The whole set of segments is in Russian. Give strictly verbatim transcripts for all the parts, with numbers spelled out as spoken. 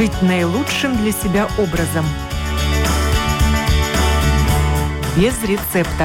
жить наилучшим для себя образом. Без рецепта.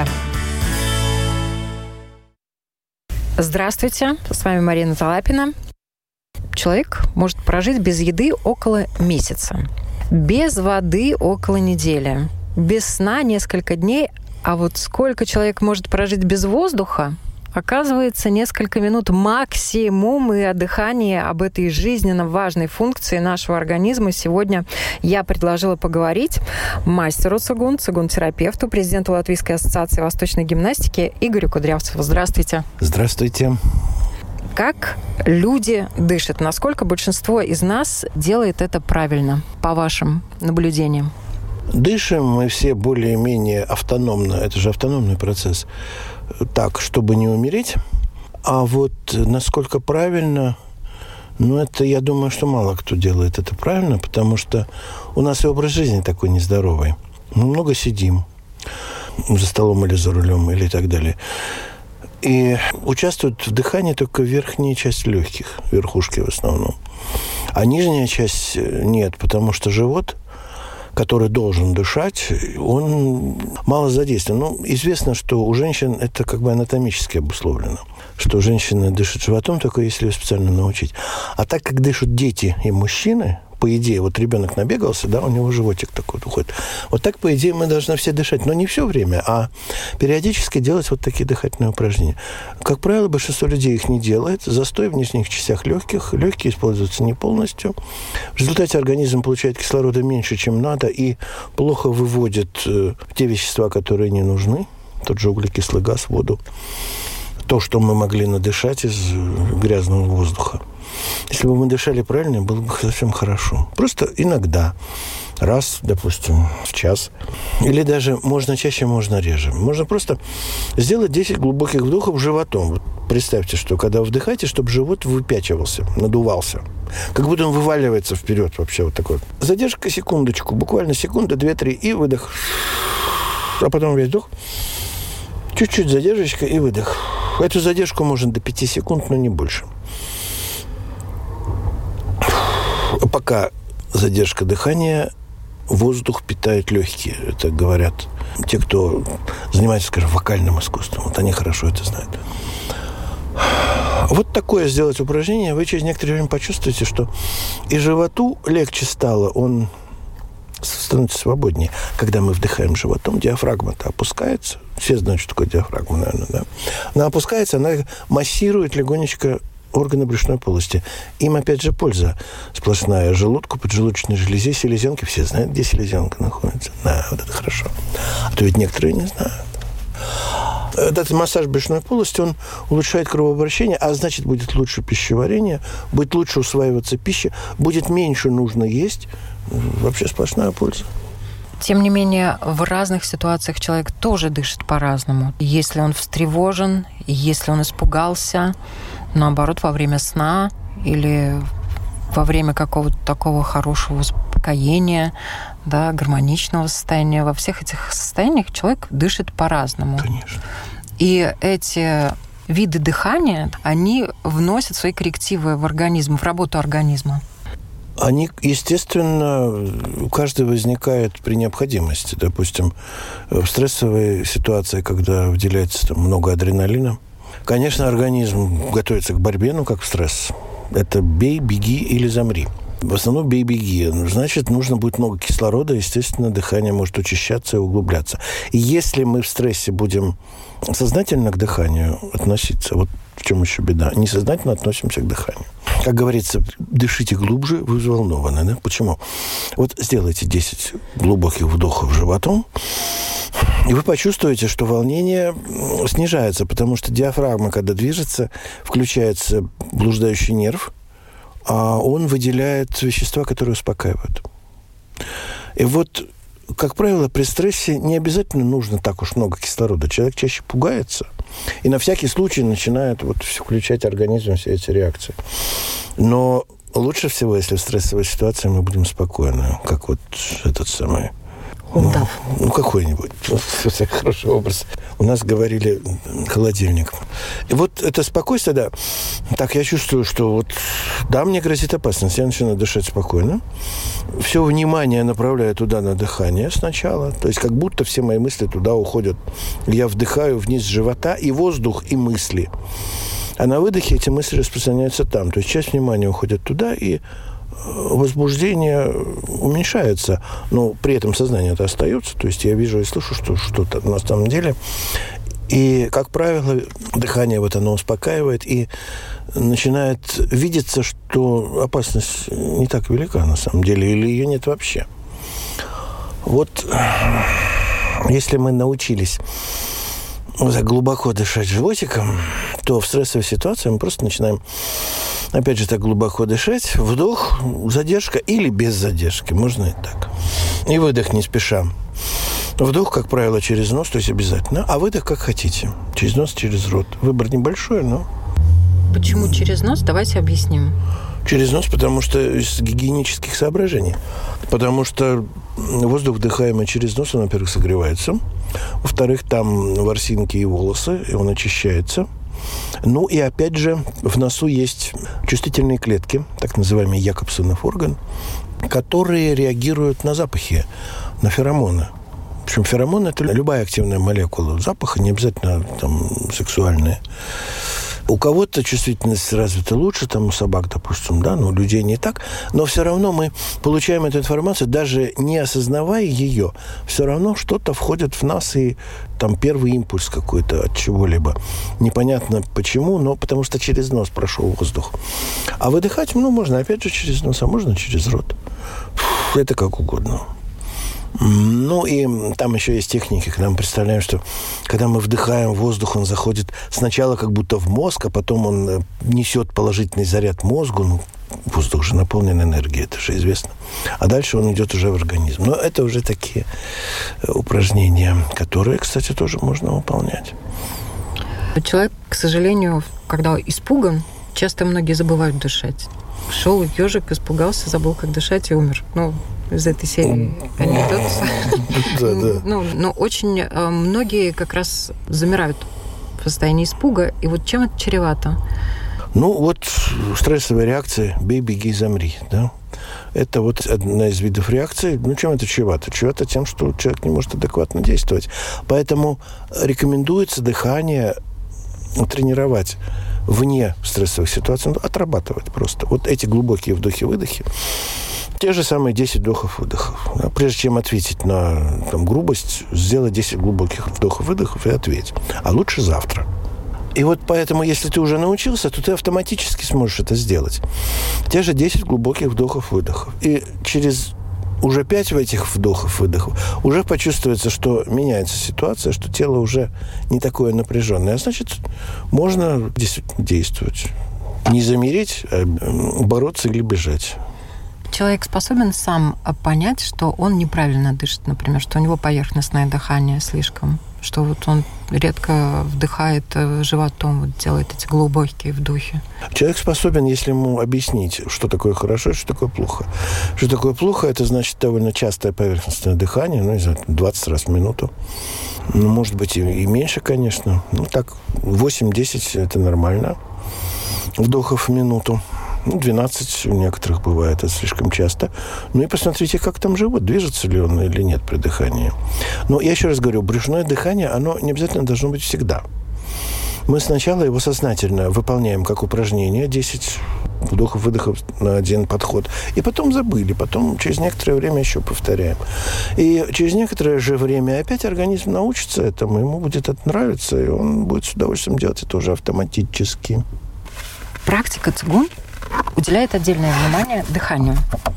Здравствуйте, с вами Марина Талапина. Человек может прожить без еды около месяца, без воды около недели, без сна несколько дней, а вот сколько человек может прожить без воздуха, оказывается, несколько минут максимум. И о дыхании, об этой жизненно важной функции нашего организма сегодня я предложила поговорить мастеру цигун, цигун-терапевту, президенту Латвийской ассоциации восточной гимнастики Игорю Кудрявцеву. Здравствуйте. Здравствуйте. Как люди дышат? Насколько большинство из нас делает это правильно, по вашим наблюдениям? Дышим мы все более-менее автономно. Это же автономный процесс. Так, чтобы не умереть. А вот насколько правильно, ну, это, я думаю, что мало кто делает это правильно, потому что у нас и образ жизни такой нездоровый. Мы много сидим за столом или за рулем, или так далее. И участвует в дыхании только верхняя часть легких, верхушки в основном. А нижняя часть нет, потому что живот, который должен дышать, он мало задействован. Ну, известно, что у женщин это как бы анатомически обусловлено, что женщины дышат животом, только если ее специально научить. А так как дышат дети и мужчины, по идее, вот ребенок набегался, да, у него животик такой вот уходит. Вот так, по идее, мы должны все дышать. Но не все время, а периодически делать вот такие дыхательные упражнения. Как правило, большинство людей их не делает. Застой в нижних частях легких. Легкие используются не полностью. В результате организм получает кислорода меньше, чем надо, и плохо выводит э, те вещества, которые не нужны. Тот же углекислый газ, воду. То, что мы могли надышать из грязного воздуха. Если бы мы дышали правильно, было бы совсем хорошо. Просто иногда, раз, допустим, в час. Или даже можно чаще, можно реже. Можно просто сделать десять глубоких вдохов животом. Вот представьте, что когда вы вдыхаете, чтобы живот выпячивался, надувался. Как будто он вываливается вперед вообще вот такой. Задержка секундочку, буквально секунда, две-три, и выдох. А потом весь вдох. Чуть-чуть задержечка и выдох. Эту задержку можно до пяти секунд, но не больше. Пока задержка дыхания, воздух питает легкие. Это говорят те, кто занимается, скажем, вокальным искусством. Вот они хорошо это знают. Вот такое сделать упражнение, вы через некоторое время почувствуете, что и животу легче стало, он становится свободнее. Когда мы вдыхаем животом, диафрагма-то опускается. Все знают, что такое диафрагма, наверное, да? Она опускается, она массирует легонечко органы брюшной полости. Им, опять же, польза сплошная. Желудку, поджелудочной железе, селезенки. Все знают, где селезенка находится. Да, вот это хорошо. А то ведь некоторые не знают. Этот массаж брюшной полости, он улучшает кровообращение, а значит, будет лучше пищеварение, будет лучше усваиваться пища, будет меньше нужно есть. Вообще сплошная польза. Тем не менее, в разных ситуациях человек тоже дышит по-разному. Если он встревожен, если он испугался, наоборот, во время сна или во время какого-то такого хорошего успокоения, да, гармоничного состояния. Во всех этих состояниях человек дышит по-разному. Конечно. И эти виды дыхания, они вносят свои коррективы в организм, в работу организма. Они, естественно, у каждого возникает при необходимости. Допустим, в стрессовой ситуации, когда выделяется там много адреналина, конечно, организм готовится к борьбе, ну, как в стресс. Это бей, беги или замри. В основном бей-беги. Значит, нужно будет много кислорода, естественно, дыхание может учащаться и углубляться. И если мы в стрессе будем сознательно к дыханию относиться, вот в чем еще беда, несознательно относимся к дыханию. Как говорится, дышите глубже, вы взволнованы. Да? Почему? Вот сделайте десять глубоких вдохов животом, и вы почувствуете, что волнение снижается, потому что диафрагма, когда движется, включается блуждающий нерв, а он выделяет вещества, которые успокаивают. И вот, как правило, при стрессе не обязательно нужно так уж много кислорода. Человек чаще пугается и на всякий случай начинает вот включать организм, все эти реакции. Но лучше всего, если в стрессовой ситуации мы будем спокойны, как вот этот самый Удав. Ну, ну, какой-нибудь. Хороший образ. У нас говорили холодильник. И вот это спокойствие, да. Так, я чувствую, что вот, да, мне грозит опасность. Я начинаю дышать спокойно. Все внимание направляю туда на дыхание сначала. То есть как будто все мои мысли туда уходят. Я вдыхаю вниз живота и воздух, и мысли. А на выдохе эти мысли распространяются там. То есть часть внимания уходит туда, и возбуждение уменьшается, но при этом сознание-то остается. То есть я вижу и слышу, что что-то на самом деле. И, как правило, дыхание вот оно успокаивает, и начинает видеться, что опасность не так велика на самом деле, или ее нет вообще. Вот если мы научились глубоко дышать животиком, то в стрессовой ситуации мы просто начинаем, опять же, так глубоко дышать. Вдох, задержка или без задержки. Можно и так. И выдох не спеша. Вдох, как правило, через нос, то есть обязательно. А выдох как хотите. Через нос, через рот. Выбор небольшой, но... Почему через нос? Давайте объясним. Через нос, потому что из гигиенических соображений. Потому что воздух, вдыхаемый через нос, он, во-первых, согревается. Во-вторых, там ворсинки и волосы, и он очищается. Ну и, опять же, в носу есть чувствительные клетки, так называемый Якобсонов орган, которые реагируют на запахи, на феромоны. В общем, феромоны – это любая активная молекула запаха, не обязательно там сексуальная. У кого-то чувствительность развита лучше, там у собак, допустим, да, но у людей не так. Но все равно мы получаем эту информацию, даже не осознавая ее, все равно что-то входит в нас, и там первый импульс какой-то от чего-либо. Непонятно почему, но потому что через нос прошел воздух. А выдыхать, ну, можно опять же через нос, а можно через рот. Фу, это как угодно. Ну, и там еще есть техники, когда мы представляем, что когда мы вдыхаем воздух, он заходит сначала как будто в мозг, а потом он несет положительный заряд мозгу. Ну, воздух же наполнен энергией, это же известно. А дальше он идет уже в организм. Но это уже такие упражнения, которые, кстати, тоже можно выполнять. Человек, к сожалению, когда испуган, часто многие забывают дышать. Шел ежик, испугался, забыл, как дышать, и умер. Ну, из этой серии анекдот. Да, да. Ну, но очень многие как раз замирают в состоянии испуга. И вот чем это чревато? Ну, вот стрессовая реакция «бей, беги, замри», да? Это вот одна из видов реакции. Ну, чем это чревато? Чревато тем, что человек не может адекватно действовать. Поэтому рекомендуется дыхание тренировать вне стрессовых ситуаций, ну, отрабатывать просто. Вот эти глубокие вдохи-выдохи, те же самые десять вдохов-выдохов. Да? Прежде чем ответить на там, грубость, сделай десять глубоких вдохов-выдохов и ответь. А лучше завтра. И вот поэтому, если ты уже научился, то ты автоматически сможешь это сделать. Те же десять глубоких вдохов-выдохов. И через уже пять в этих вдохов-выдохов уже почувствуется, что меняется ситуация, что тело уже не такое напряженное. А значит, можно действительно действовать. Не замереть, а бороться или бежать. Человек способен сам понять, что он неправильно дышит, например, что у него поверхностное дыхание слишком, что вот он редко вдыхает животом, вот делает эти глубокие вдохи. Человек способен, если ему объяснить, что такое хорошо, что такое плохо. Что такое плохо, это значит довольно частое поверхностное дыхание, ну, не знаю, двадцать раз в минуту. Ну, может быть, и, и меньше, конечно. Ну, так, восемь-десять – это нормально. Вдохов в минуту. Ну, двенадцать у некоторых бывает, это слишком часто. Ну и посмотрите, как там живот, движется ли он или нет при дыхании. Но я еще раз говорю, брюшное дыхание, оно не обязательно должно быть всегда. Мы сначала его сознательно выполняем как упражнение, десять вдохов-выдохов на один подход, и потом забыли, потом через некоторое время еще повторяем. И через некоторое же время опять организм научится этому, ему будет это нравиться, и он будет с удовольствием делать это уже автоматически. Практика цигун уделяет отдельное внимание дыханию.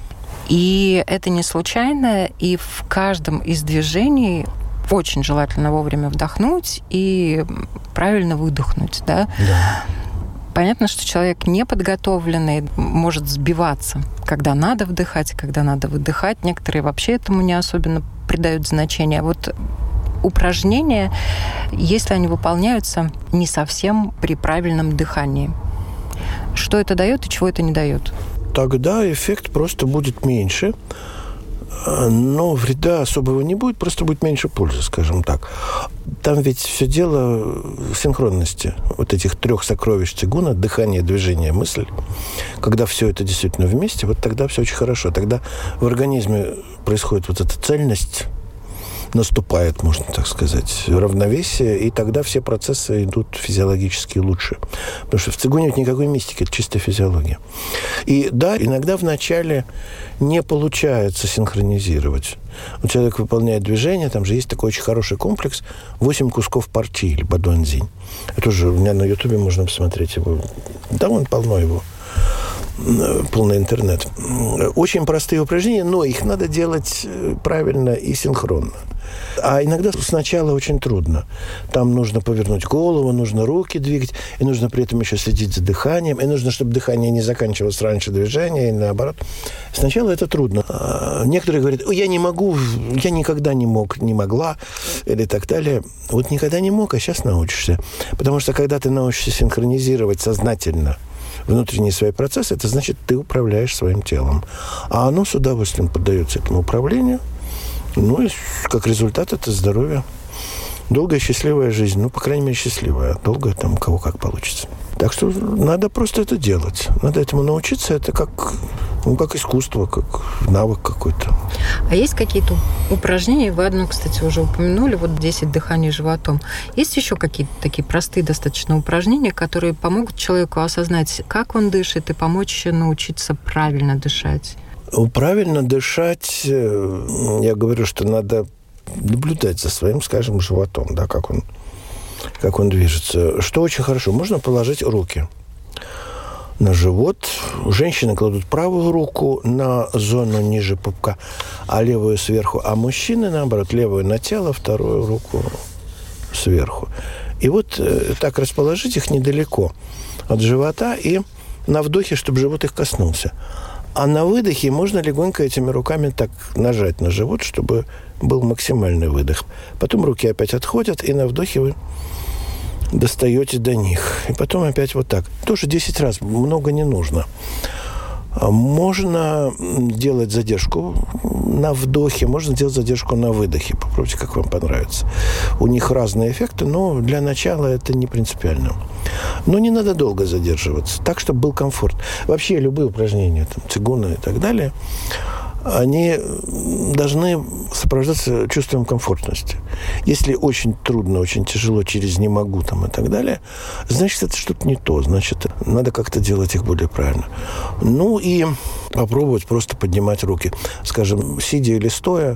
И это не случайно, и в каждом из движений очень желательно вовремя вдохнуть и правильно выдохнуть. Да? Да. Понятно, что человек неподготовленный может сбиваться, когда надо вдыхать, когда надо выдыхать. Некоторые вообще этому не особенно придают значение. А вот упражнения, если они выполняются не совсем при правильном дыхании, что это дает и чего это не дает? Тогда эффект просто будет меньше. Но вреда особого не будет, просто будет меньше пользы, скажем так. Там ведь все дело в синхронности вот этих трех сокровищ цигуна: дыхание, движение, мысль. Когда все это действительно вместе, вот тогда все очень хорошо. Тогда в организме происходит вот эта цельность, наступает, можно так сказать, равновесие, и тогда все процессы идут физиологически лучше. Потому что в цигуне нет никакой мистики, это чистая физиология. И да, иногда вначале не получается синхронизировать. Вот человек выполняет движение, там же есть такой очень хороший комплекс «Восемь кусков парчи» или «Бадуанзинь». Это тоже у меня на Ютубе можно посмотреть его. Да, он полно его. Полный интернет. Очень простые упражнения, но их надо делать правильно и синхронно. А иногда сначала очень трудно. Там нужно повернуть голову, нужно руки двигать, и нужно при этом еще следить за дыханием, и нужно, чтобы дыхание не заканчивалось раньше движения, и наоборот. Сначала это трудно. Некоторые говорят: я не могу, я никогда не мог, не могла, или так далее. Вот никогда не мог, а сейчас научишься. Потому что когда ты научишься синхронизировать сознательно внутренние свои процессы, это значит, ты управляешь своим телом. А оно с удовольствием поддается этому управлению. Ну, и как результат это здоровье. Долгая счастливая жизнь. Ну, по крайней мере, счастливая. Долгая там у кого как получится. Так что надо просто это делать. Надо этому научиться. Это как, ну, как искусство, как навык какой-то. А есть какие-то упражнения? Вы одно, кстати, уже упомянули. Вот десять дыханий животом. Есть еще какие-то такие простые достаточно упражнения, которые помогут человеку осознать, как он дышит, и помочь научиться правильно дышать? Правильно дышать, я говорю, что надо наблюдать за своим, скажем, животом, да, как он, как он движется. Что очень хорошо, можно положить руки на живот. Женщины кладут правую руку на зону ниже пупка, а левую сверху. А мужчины, наоборот, левую на тело, вторую руку сверху. И вот э, так расположить их недалеко от живота и на вдохе, чтобы живот их коснулся. А на выдохе можно легонько этими руками так нажать на живот, чтобы был максимальный выдох. Потом руки опять отходят, и на вдохе вы достаете до них. И потом опять вот так. Тоже десять раз, много не нужно. Можно делать задержку на вдохе, можно делать задержку на выдохе. Попробуйте, как вам понравится. У них разные эффекты, но для начала это не принципиально. Но не надо долго задерживаться, так, чтобы был комфорт. Вообще любые упражнения, там, цигуна и так далее, они должны сопровождаться чувством комфортности. Если очень трудно, очень тяжело, через «не могу» там, и так далее, значит, это что-то не то. Значит, надо как-то делать их более правильно. Ну и попробовать просто поднимать руки. Скажем, сидя или стоя,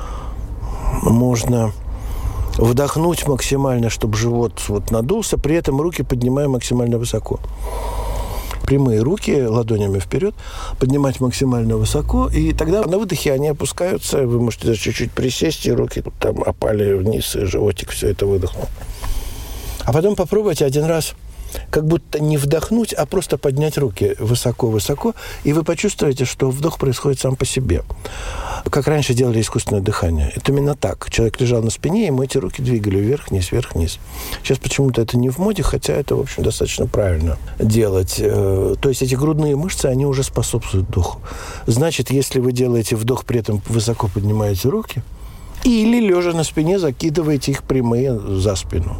можно вдохнуть максимально, чтобы живот вот надулся, при этом руки поднимая максимально высоко. Прямые руки ладонями вперед, поднимать максимально высоко, и тогда на выдохе они опускаются, вы можете даже чуть-чуть присесть, и руки там опали вниз, и животик все это выдохнул. А потом попробуйте один раз как будто не вдохнуть, а просто поднять руки высоко-высоко, и вы почувствуете, что вдох происходит сам по себе. Как раньше делали искусственное дыхание. Это именно так. Человек лежал на спине, и мы эти руки двигали вверх-вниз, вверх-вниз. Сейчас почему-то это не в моде, хотя это, в общем, достаточно правильно делать. То есть эти грудные мышцы, они уже способствуют вдоху. Значит, если вы делаете вдох, при этом высоко поднимаете руки, или, лежа на спине, закидываете их прямые за спину,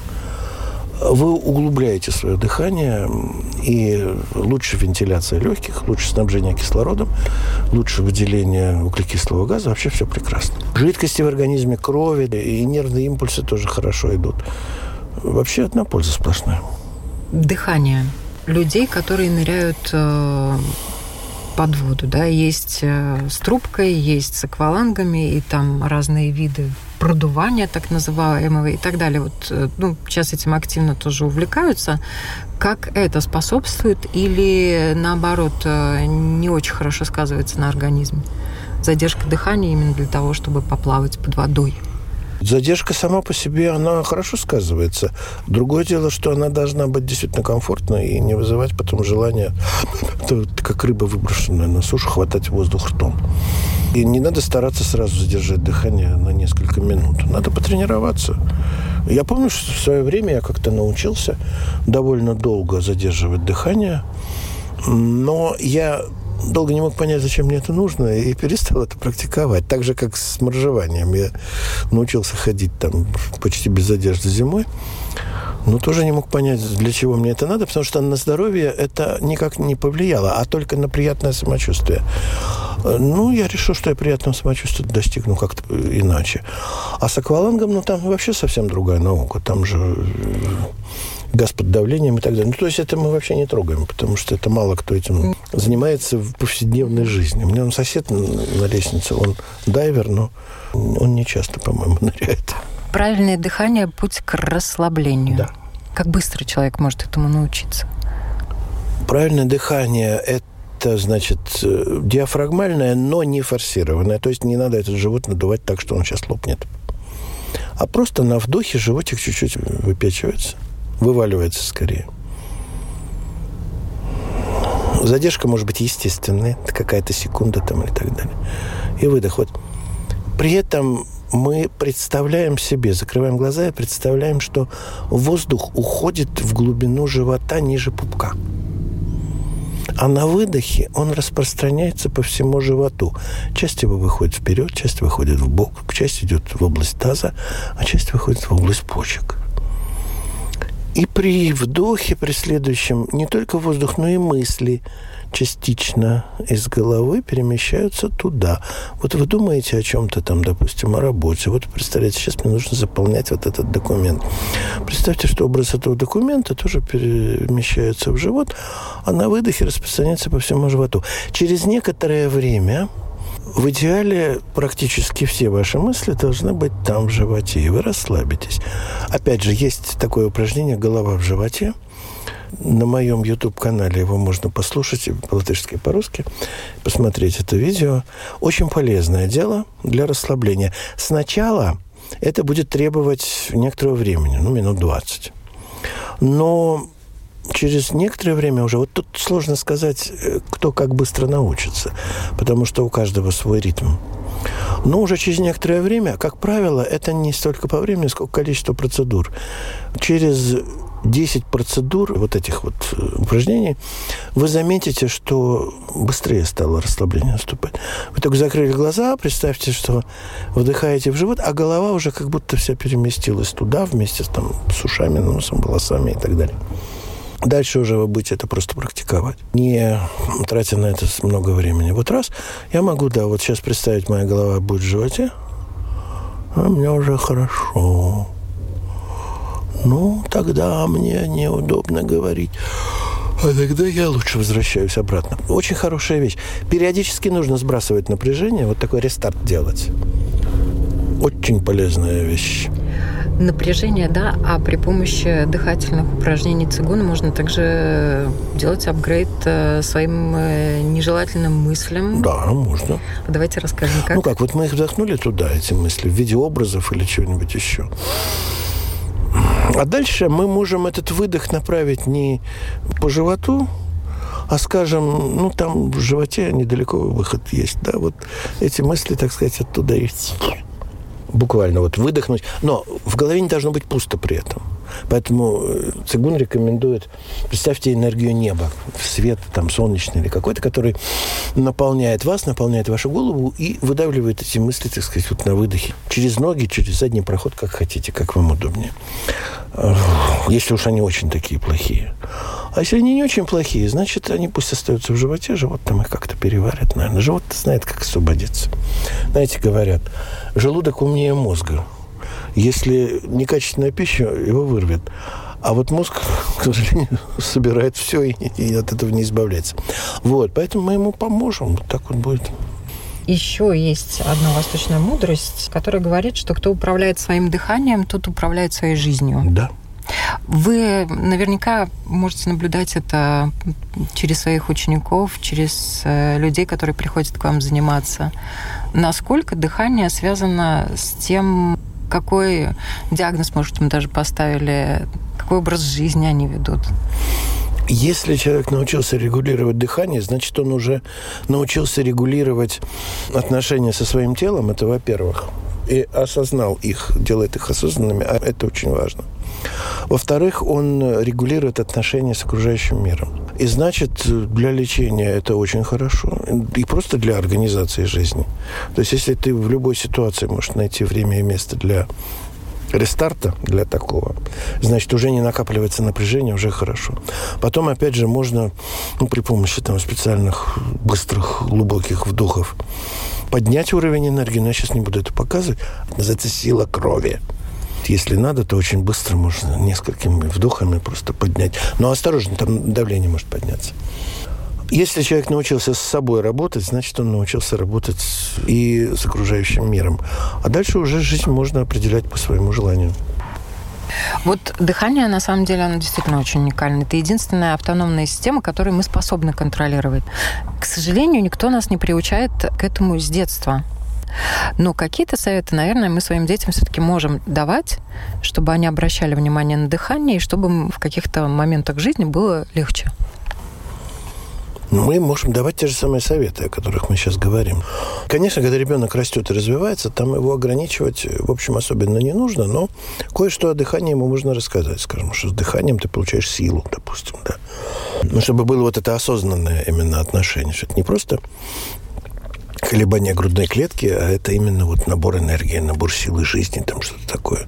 вы углубляете свое дыхание, и лучше вентиляция легких, лучше снабжение кислородом, лучше выделение углекислого газа. Вообще все прекрасно. Жидкости в организме, крови и нервные импульсы тоже хорошо идут. Вообще одна польза сплошная. Дыхание людей, которые ныряют э, под воду, да, есть э, с трубкой, есть с аквалангами, и там разные виды продувания, так называемого, и так далее. Вот, ну, сейчас этим активно тоже увлекаются. Как это способствует или, наоборот, не очень хорошо сказывается на организме? Задержка дыхания именно для того, чтобы поплавать под водой. Задержка сама по себе, она хорошо сказывается. Другое дело, что она должна быть действительно комфортной и не вызывать потом желания, как рыба, выброшенная на сушу, хватать воздух ртом. И не надо стараться сразу задержать дыхание на несколько минут. Надо потренироваться. Я помню, что в свое время я как-то научился довольно долго задерживать дыхание, но я долго не мог понять, зачем мне это нужно, и перестал это практиковать. Так же, как с моржеванием. Я научился ходить там почти без одежды зимой, но тоже не мог понять, для чего мне это надо, потому что на здоровье это никак не повлияло, а только на приятное самочувствие. Ну, я решил, что я приятного самочувствия достигну как-то иначе. А с аквалангом, ну, там вообще совсем другая наука. Там же газ под давлением и так далее. Ну, то есть это мы вообще не трогаем, потому что это мало кто этим занимается в повседневной жизни. У меня он сосед на лестнице, он дайвер, но он не часто, по-моему, ныряет. Правильное дыхание – путь к расслаблению. Да. Как быстро человек может этому научиться? Правильное дыхание – это, значит, диафрагмальное, но не форсированное. То есть не надо этот живот надувать так, что он сейчас лопнет. А просто на вдохе животик чуть-чуть выпячивается, вываливается скорее. Задержка может быть естественной, какая-то секунда там и так далее. И выдох. Вот. При этом мы представляем себе, закрываем глаза и представляем, что воздух уходит в глубину живота ниже пупка. А на выдохе он распространяется по всему животу. Часть его выходит вперед, часть выходит в бок, часть идет в область таза, а часть выходит в область почек. И при вдохе, при следующем, не только воздух, но и мысли частично из головы перемещаются туда. Вот вы думаете о чем-то там, допустим, о работе. Вот представляете, сейчас мне нужно заполнять вот этот документ. Представьте, что образ этого документа тоже перемещается в живот, а на выдохе распространяется по всему животу. Через некоторое время в идеале практически все ваши мысли должны быть там, в животе, и вы расслабитесь. Опять же, есть такое упражнение «Голова в животе». На моем YouTube-канале его можно послушать по-латышски и по-русски, посмотреть это видео. Очень полезное дело для расслабления. Сначала это будет требовать некоторого времени, ну, минут двадцать. Но через некоторое время уже, вот тут сложно сказать, кто как быстро научится, потому что у каждого свой ритм. Но уже через некоторое время, как правило, это не столько по времени, сколько количество процедур. Через десять процедур, вот этих вот упражнений, вы заметите, что быстрее стало расслабление наступать. Вы только закрыли глаза, представьте, что вдыхаете в живот, а голова уже как будто вся переместилась туда вместе с, там, с ушами, носом, волосами и так далее. Дальше уже вы будете это просто практиковать, не тратя на это много времени. Вот раз, я могу, да, вот сейчас представить, моя голова будет в животе, а мне уже хорошо. Ну, тогда мне неудобно говорить. А тогда я лучше возвращаюсь обратно. Очень хорошая вещь. Периодически нужно сбрасывать напряжение, вот такой рестарт делать. Очень полезная вещь. Напряжение, да, а при помощи дыхательных упражнений цигун можно также делать апгрейд своим нежелательным мыслям. Да, можно. Давайте расскажем, как. Ну как, вот мы их вдохнули туда, эти мысли, в виде образов или чего-нибудь еще. А дальше мы можем этот выдох направить не по животу, а, скажем, ну, там в животе недалеко выход есть, да, вот эти мысли, так сказать, оттуда и буквально вот выдохнуть. Но в голове не должно быть пусто при этом. Поэтому цигун рекомендует, представьте энергию неба, свет там солнечный или какой-то, который наполняет вас, наполняет вашу голову и выдавливает эти мысли, так сказать, вот на выдохе. Через ноги, через задний проход, как хотите, как вам удобнее. Если уж они очень такие плохие. А если они не очень плохие, значит, они пусть остаются в животе, живот там их как-то переварит, наверное. Живот знает, как освободиться. Знаете, говорят, желудок умнее мозга. Если некачественная пища, его вырвет. А вот мозг, к сожалению, собирает все и, и от этого не избавляется. Вот, поэтому мы ему поможем. Вот так вот будет. Еще есть одна восточная мудрость, которая говорит, что кто управляет своим дыханием, тот управляет своей жизнью. Да. Вы наверняка можете наблюдать это через своих учеников, через людей, которые приходят к вам заниматься. Насколько дыхание связано с тем, какой диагноз, может, им даже поставили, какой образ жизни они ведут? Если человек научился регулировать дыхание, значит, он уже научился регулировать отношения со своим телом, это во-первых, и осознал их, делает их осознанными, а это очень важно. Во-вторых, он регулирует отношения с окружающим миром. И значит, для лечения это очень хорошо. И просто для организации жизни. То есть, если ты в любой ситуации можешь найти время и место для рестарта, для такого, значит, уже не накапливается напряжение, уже хорошо. Потом, опять же, можно ну, при помощи там, специальных быстрых, глубоких вдохов поднять уровень энергии, но я сейчас не буду это показывать. Это называется сила крови. Если надо, то очень быстро можно несколькими вдохами просто поднять. Но осторожно, там давление может подняться. Если человек научился с собой работать, значит, он научился работать и с окружающим миром. А дальше уже жизнь можно определять по своему желанию. Вот дыхание, на самом деле, оно действительно очень уникально. Это единственная автономная система, которую мы способны контролировать. К сожалению, никто нас не приучает к этому с детства. Но какие-то советы, наверное, мы своим детям все-таки можем давать, чтобы они обращали внимание на дыхание, и чтобы им в каких-то моментах жизни было легче. Мы можем давать те же самые советы, о которых мы сейчас говорим. Конечно, когда ребенок растет и развивается, там его ограничивать, в общем, особенно не нужно, но кое-что о дыхании ему можно рассказать. Скажем, что с дыханием ты получаешь силу, допустим, да. Но чтобы было вот это осознанное именно отношение, что это не просто колебания грудной клетки, а это именно вот набор энергии, набор силы жизни, там что-то такое.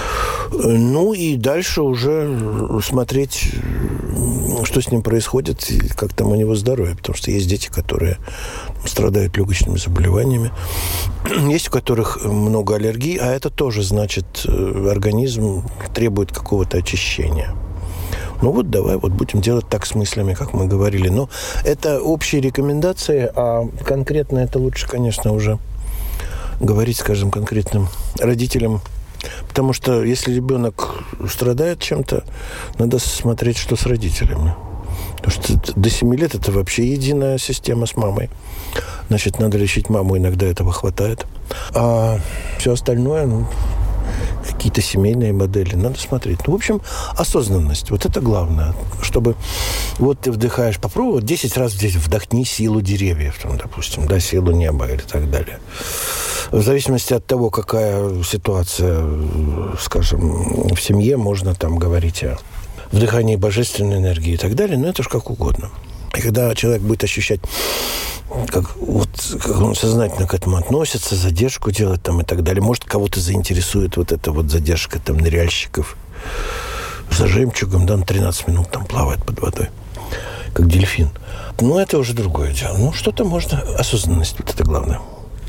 Ну и дальше уже смотреть, что с ним происходит, и как там у него здоровье. Потому что есть дети, которые страдают легочными заболеваниями. Есть у которых много аллергий, а это тоже значит, организм требует какого-то очищения. Ну вот давай вот будем делать так с мыслями, как мы говорили. Но это общие рекомендации, а конкретно это лучше, конечно, уже говорить, скажем, конкретным родителям. Потому что если ребенок страдает чем-то, надо смотреть, что с родителями. Потому что до семи лет это вообще единая система с мамой. Значит, надо лечить маму, иногда этого хватает. А все остальное, ну, какие-то семейные модели, надо смотреть. Ну, в общем, осознанность. Вот это главное. Чтобы вот ты вдыхаешь, попробуй десять раз здесь вдохни силу деревьев, там, допустим, да, силу неба или так далее. В зависимости от того, какая ситуация, скажем, в семье, можно там говорить о вдыхании божественной энергии и так далее, но это же как угодно. И когда человек будет ощущать, как, вот, как он сознательно к этому относится, задержку делать там и так далее, может, кого-то заинтересует вот эта вот задержка там ныряльщиков за жемчугом, да, на тринадцать минут там плавает под водой, как дельфин. Ну, это уже другое дело. Ну, что-то можно, осознанность, вот это главное.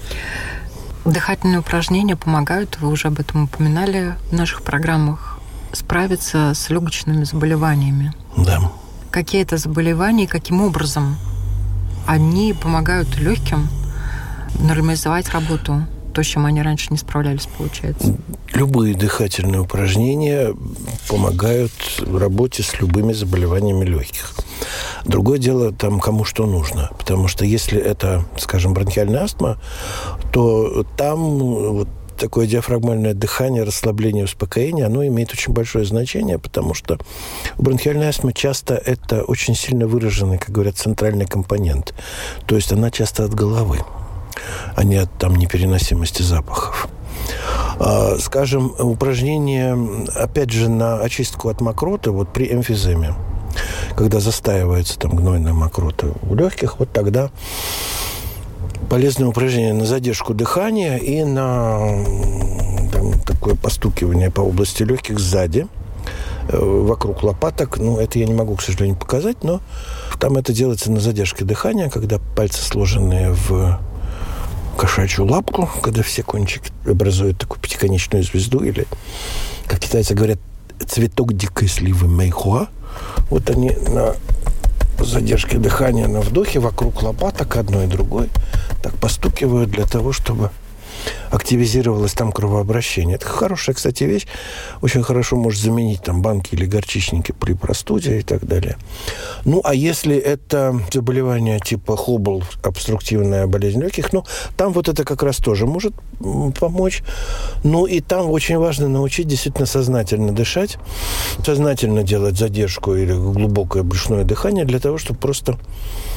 Дыхательные упражнения помогают, вы уже об этом упоминали в наших программах, справиться с легочными заболеваниями. Да. Какие это заболевания и каким образом они помогают легким нормализовать работу, то, с чем они раньше не справлялись, получается? Любые дыхательные упражнения помогают в работе с любыми заболеваниями легких. Другое дело, там, кому что нужно. Потому что если это, скажем, бронхиальная астма, то там вот такое диафрагмальное дыхание, расслабление, успокоение, оно имеет очень большое значение, потому что у бронхиальной астмы часто это очень сильно выраженный, как говорят, центральный компонент. То есть она часто от головы, а не от там, непереносимости запахов. А, скажем, упражнение, опять же, на очистку от мокроты, вот при эмфиземе, когда застаивается там гнойная мокрота у легких, вот тогда полезное упражнение на задержку дыхания и на там, такое постукивание по области легких сзади, вокруг лопаток. Ну, это я не могу, к сожалению, показать, но там это делается на задержке дыхания, когда пальцы сложенные в кошачью лапку, когда все кончики образуют такую пятиконечную звезду, или, как китайцы говорят, цветок дикой сливы мэйхуа. Вот они на задержке дыхания на вдохе вокруг лопаток одной и другой так постукивают для того, чтобы активизировалось там кровообращение. Это хорошая, кстати, вещь. Очень хорошо может заменить там банки или горчичники при простуде и так далее. Ну, а если это заболевание типа Хоббл, обструктивная болезнь легких, ну, там вот это как раз тоже может помочь. Ну, и там очень важно научить действительно сознательно дышать, сознательно делать задержку или глубокое брюшное дыхание для того, чтобы просто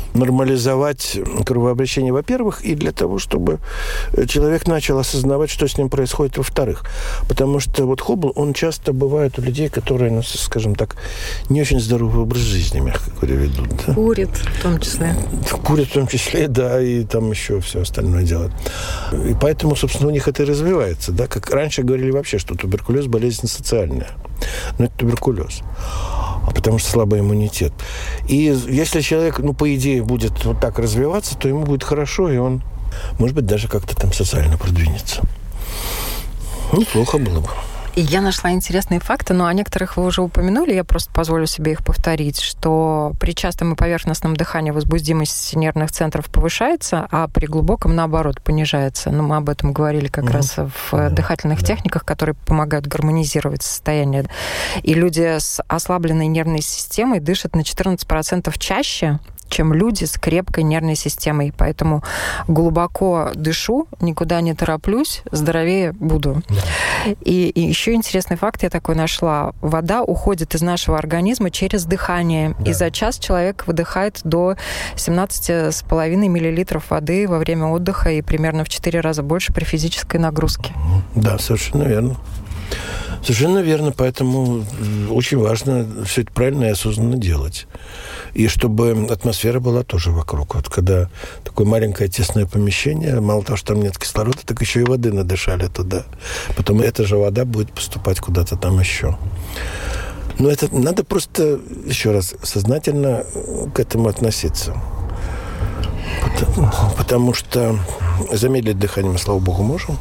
нормализовать кровообращение, во-первых, и для того, чтобы человек начал осознавать, что с ним происходит, во-вторых. Потому что вот хоббл, он часто бывает у людей, которые, ну, скажем так, не очень здоровый образ жизни, мягко говоря, ведут. Да? Курит в том числе. Курит в том числе, да, и там еще все остальное делают. И поэтому, собственно, у них это и развивается. Да? Как раньше говорили вообще, что туберкулез – болезнь социальная. Но это туберкулез. Потому что слабый иммунитет. И если человек, ну, по идее, будет вот так развиваться, то ему будет хорошо, и он, может быть, даже как-то там социально продвинется. Неплохо было бы. И я нашла интересные факты, но о некоторых вы уже упомянули, я просто позволю себе их повторить, что при частом и поверхностном дыхании возбудимость нервных центров повышается, а при глубоком, наоборот, понижается. Но мы об этом говорили как mm-hmm. раз в yeah. дыхательных yeah. техниках, которые помогают гармонизировать состояние. И люди с ослабленной нервной системой дышат на четырнадцать процентов чаще, чем люди с крепкой нервной системой. Поэтому глубоко дышу, никуда не тороплюсь, здоровее буду. Да. И, и еще интересный факт я такой нашла. Вода уходит из нашего организма через дыхание. Да. И за час человек выдыхает до семнадцать с половиной миллилитров воды во время отдыха и примерно в четыре раза больше при физической нагрузке. Да, совершенно верно. Совершенно верно, поэтому очень важно все это правильно и осознанно делать. И чтобы атмосфера была тоже вокруг. Вот когда такое маленькое тесное помещение, мало того, что там нет кислорода, так еще и воды надышали туда. Потом эта же вода будет поступать куда-то там еще. Но это надо просто, еще раз, сознательно к этому относиться. Потому, потому что замедлить дыхание мы, слава богу, можем.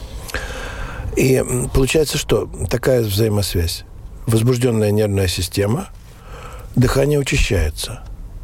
И получается, что такая взаимосвязь. Возбужденная нервная система, дыхание учащается.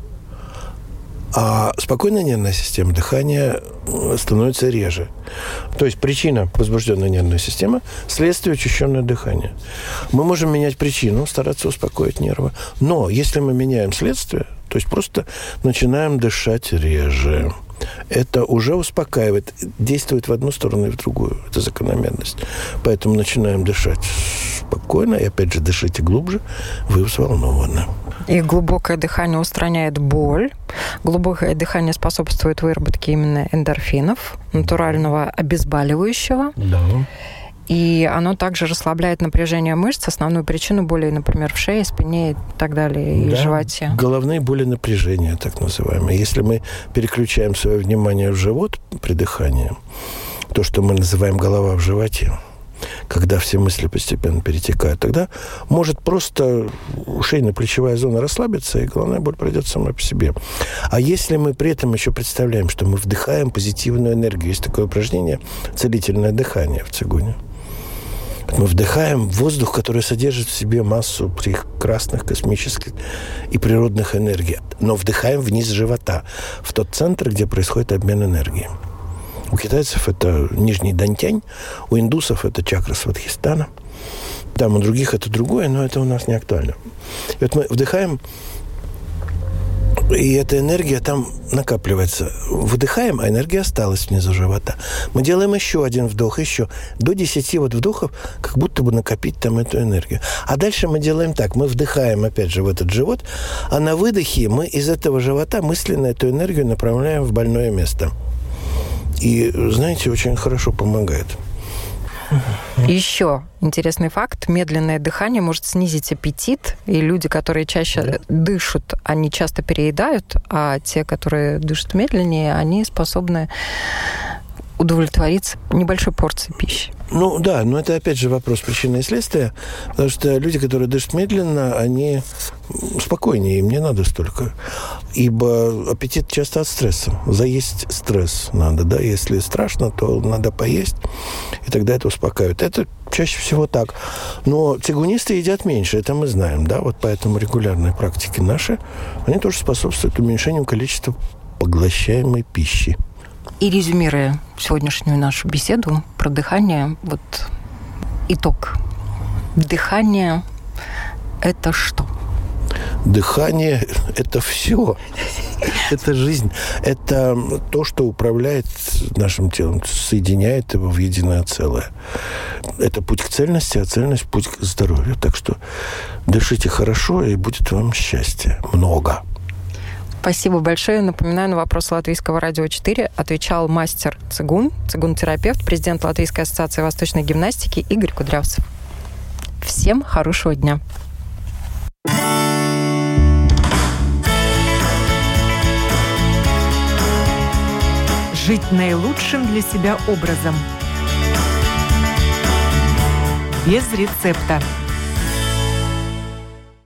А спокойная нервная система, дыхание становится реже. То есть причина возбужденной нервной системы – следствие учащенное дыхание. Мы можем менять причину, стараться успокоить нервы. Но если мы меняем следствие, то есть просто начинаем дышать реже, это уже успокаивает, действует в одну сторону и в другую. Это закономерность. Поэтому начинаем дышать спокойно, и опять же дышите глубже, вы взволнованы. И глубокое дыхание устраняет боль. Глубокое дыхание способствует выработке именно эндорфинов, натурального обезболивающего. Да. И оно также расслабляет напряжение мышц, основную причину боли, например, в шее, спине и так далее, и да, животе. Головные боли, напряжения, так называемые. Если мы переключаем свое внимание в живот при дыхании, то, что мы называем голова в животе, когда все мысли постепенно перетекают, тогда может просто шейно-плечевая зона расслабиться, и головная боль пройдет сама по себе. А если мы при этом еще представляем, что мы вдыхаем позитивную энергию, есть такое упражнение «Целительное дыхание» в цигуне. Мы вдыхаем воздух, который содержит в себе массу прекрасных космических и природных энергий, но вдыхаем вниз живота, в тот центр, где происходит обмен энергией. У китайцев это нижний дантянь, у индусов это чакра Свадхистана. Там у других это другое, но это у нас не актуально. И вот мы вдыхаем, и эта энергия там накапливается. Выдыхаем, а энергия осталась внизу живота. Мы делаем еще один вдох, еще. До десяти вот вдохов, как будто бы накопить там эту энергию. А дальше мы делаем так. Мы вдыхаем, опять же, в этот живот, а на выдохе мы из этого живота мысленно эту энергию направляем в больное место. И, знаете, очень хорошо помогает. Еще интересный факт. Медленное дыхание может снизить аппетит. И люди, которые чаще да. дышат, они часто переедают, а те, которые дышат медленнее, они способны удовлетвориться небольшой порцией пищи. Ну да, но это опять же вопрос причины и следствия, потому что люди, которые дышат медленно, они спокойнее, им не надо столько. Ибо аппетит часто от стресса. Заесть стресс надо, да, если страшно, то надо поесть, и тогда это успокаивает. Это чаще всего так. Но цигунисты едят меньше, это мы знаем, да, вот поэтому регулярные практики наши, они тоже способствуют уменьшению количества поглощаемой пищи. И резюмируя сегодняшнюю нашу беседу про дыхание, вот итог. Дыхание – это что? Дыхание – это все. Это жизнь. Это то, что управляет нашим телом, соединяет его в единое целое. Это путь к цельности, а цельность – путь к здоровью. Так что дышите хорошо, и будет вам счастья. Много. Спасибо большое. Напоминаю, на вопрос Латвийского радио четыре отвечал мастер цигун, цигун-терапевт, президент Латвийской ассоциации восточной гимнастики Игорь Кудрявцев. Всем хорошего дня. Жить наилучшим для себя образом. Без рецепта.